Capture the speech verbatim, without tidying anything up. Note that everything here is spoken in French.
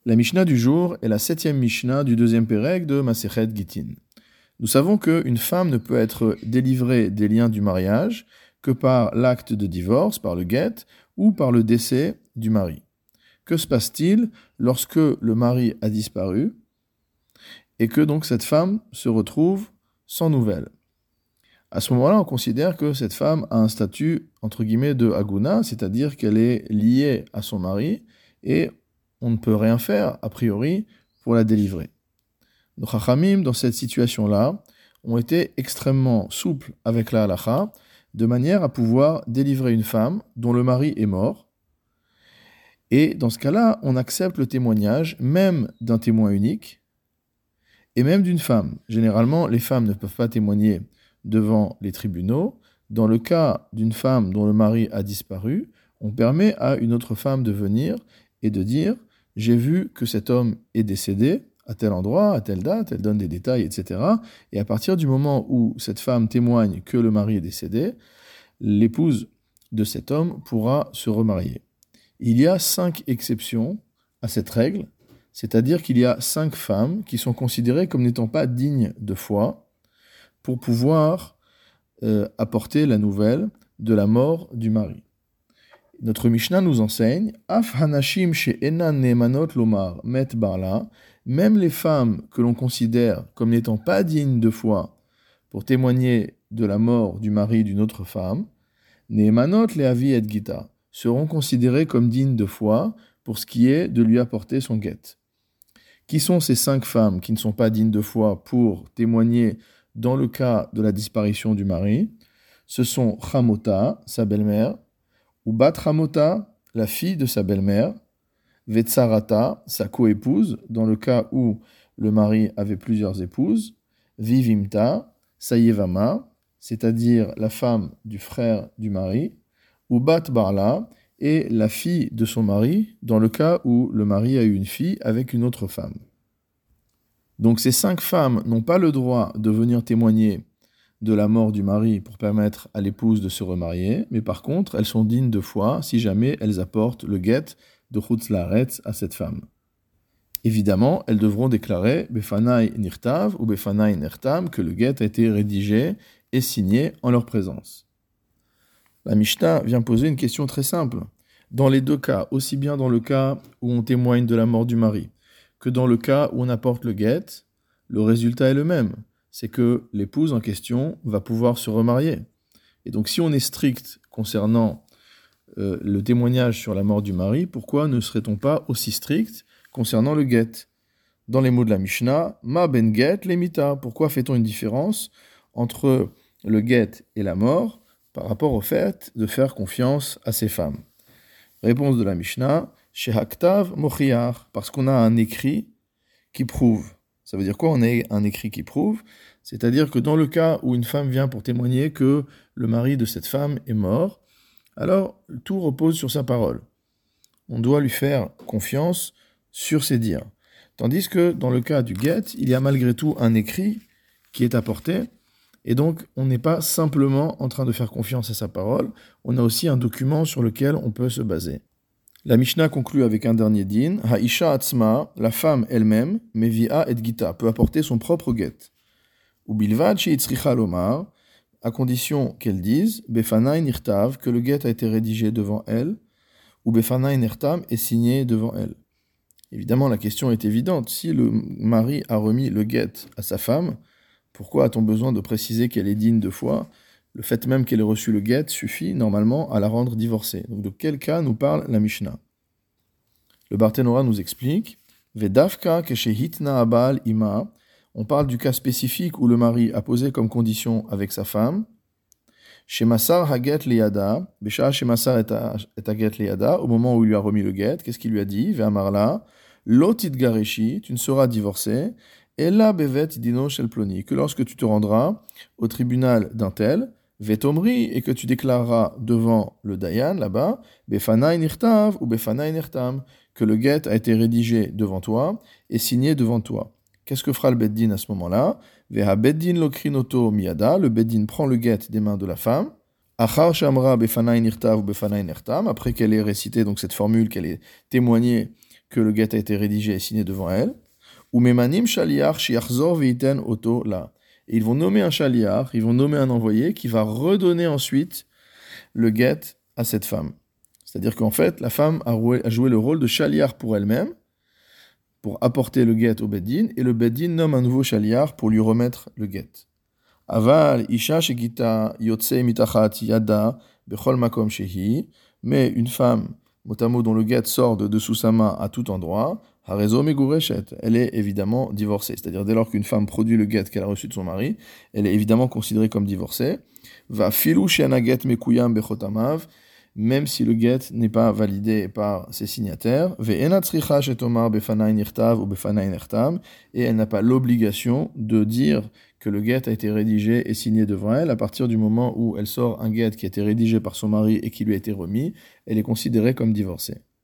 La Mishnah du jour est la septième Mishnah du deuxième Pérec de Masechet Gittin. Nous savons qu'une femme ne peut être délivrée des liens du mariage que par l'acte de divorce, par le guet, ou par le décès du mari. Que se passe-t-il lorsque le mari a disparu et que donc cette femme se retrouve sans nouvelles? À ce moment-là, on considère que cette femme a un statut, entre guillemets, de aguna, c'est-à-dire qu'elle est liée à son mari et on ne peut rien faire, a priori, pour la délivrer. Nos chachamim, dans cette situation-là, ont été extrêmement souples avec la halacha, de manière à pouvoir délivrer une femme dont le mari est mort. Et dans ce cas-là, on accepte le témoignage, même d'un témoin unique, et même d'une femme. Généralement, les femmes ne peuvent pas témoigner devant les tribunaux. Dans le cas d'une femme dont le mari a disparu, on permet à une autre femme de venir et de dire « J'ai vu que cet homme est décédé à tel endroit, à telle date », elle donne des détails, et cetera. Et à partir du moment où cette femme témoigne que le mari est décédé, l'épouse de cet homme pourra se remarier. Il y a cinq exceptions à cette règle, c'est-à-dire qu'il y a cinq femmes qui sont considérées comme n'étant pas dignes de foi pour pouvoir euh, apporter la nouvelle de la mort du mari. Notre Mishnah nous enseigne Af hanashim she'enan neemanot lomar met barla, même les femmes que l'on considère comme n'étant pas dignes de foi pour témoigner de la mort du mari d'une autre femme, neemanot leavi et gita, seront considérées comme dignes de foi pour ce qui est de lui apporter son guet. Qui sont ces cinq femmes qui ne sont pas dignes de foi pour témoigner dans le cas de la disparition du mari? Ce sont Chamota, sa belle-mère, ou Bat Chamota, la fille de sa belle-mère, Vetsarata, sa coépouse, dans le cas où le mari avait plusieurs épouses, Vivimta, sa Yevama, c'est-à-dire la femme du frère du mari, ou Bat Barla, et la fille de son mari, dans le cas où le mari a eu une fille avec une autre femme. Donc ces cinq femmes n'ont pas le droit de venir témoigner de la mort du mari pour permettre à l'épouse de se remarier, mais par contre, elles sont dignes de foi si jamais elles apportent le guet de Chutz Laaretz à cette femme. Évidemment, elles devront déclarer Befanai Nirtav ou Befanai Nertam que le guet a été rédigé et signé en leur présence. La Mishnah vient poser une question très simple. Dans les deux cas, aussi bien dans le cas où on témoigne de la mort du mari que dans le cas où on apporte le guet, le résultat est le même. C'est que l'épouse en question va pouvoir se remarier. Et donc si on est strict concernant euh, le témoignage sur la mort du mari, pourquoi ne serait-on pas aussi strict concernant le guet? Dans les mots de la Mishnah, ma ben guet lemita. Pourquoi fait-on une différence entre le guet et la mort par rapport au fait de faire confiance à ces femmes? Réponse de la Mishnah, shehaktav mochiach, parce qu'on a un écrit qui prouve. Ça veut dire quoi? On a un écrit qui prouve, c'est-à-dire que dans le cas où une femme vient pour témoigner que le mari de cette femme est mort, alors tout repose sur sa parole. On doit lui faire confiance sur ses dires. Tandis que dans le cas du guet, il y a malgré tout un écrit qui est apporté, et donc on n'est pas simplement en train de faire confiance à sa parole, on a aussi un document sur lequel on peut se baser. La Mishnah conclut avec un dernier din, Haisha atzma, la femme elle-même, mevia et gita, peut apporter son propre guet. Ou bilvad sheitzricha lomar, à condition qu'elle dise, befanai nirtav, que le guet a été rédigé devant elle, ou befanai nirtam est signé devant elle. Évidemment, la question est évidente. Si le mari a remis le guet à sa femme, pourquoi a-t-on besoin de préciser qu'elle est digne de foi? Le fait même qu'elle ait reçu le guet suffit normalement à la rendre divorcée. Donc de quel cas nous parle la Mishnah? Le Barthénora nous explique Vedavka keshehitna abal ima. On parle du cas spécifique où le mari a posé comme condition avec sa femme. Shemasar haget leyada. Besha shemasar et haget leyada. Au moment où il lui a remis le guet, qu'est-ce qu'il lui a dit? Ve'amarla lotit gareshi. Tu ne seras divorcé. Ella bevet dino shel ploni. Que lorsque tu te rendras au tribunal d'un tel, Vetomri, et que tu déclareras devant le Dayan, là-bas, Befanai nirtav ou Befanai nirtam, que le guet a été rédigé devant toi et signé devant toi. Qu'est-ce que fera le Beddin à ce moment-là? Veha Beddin lokrinoto miyada, le Beddin prend le guet des mains de la femme, Achar shamra Befanai nirtav ou Befanai nirtam, après qu'elle ait récité donc cette formule, qu'elle ait témoigné que le get a été rédigé et signé devant elle. Ou memanim shaliach shiachzor veiten oto la. Et ils vont nommer un shaliach, ils vont nommer un envoyé qui va redonner ensuite le get à cette femme. C'est-à-dire qu'en fait, la femme a joué le rôle de shaliach pour elle-même, pour apporter le get au beddin, et le beddin nomme un nouveau shaliach pour lui remettre le get. Aval isha shegita yotse mitachat yada bechol makom shehi, mais une femme, mot à mot, dont le get sort de dessous sa main à tout endroit, harezo megureshet, elle est évidemment divorcée. C'est-à-dire dès lors qu'une femme produit le get qu'elle a reçu de son mari, elle est évidemment considérée comme divorcée. Va filu she'ana get mekuyam bechotamav, même si le get n'est pas validé par ses signataires, et elle n'a pas l'obligation de dire que le get a été rédigé et signé devant elle. À partir du moment où elle sort un get qui a été rédigé par son mari et qui lui a été remis, elle est considérée comme divorcée.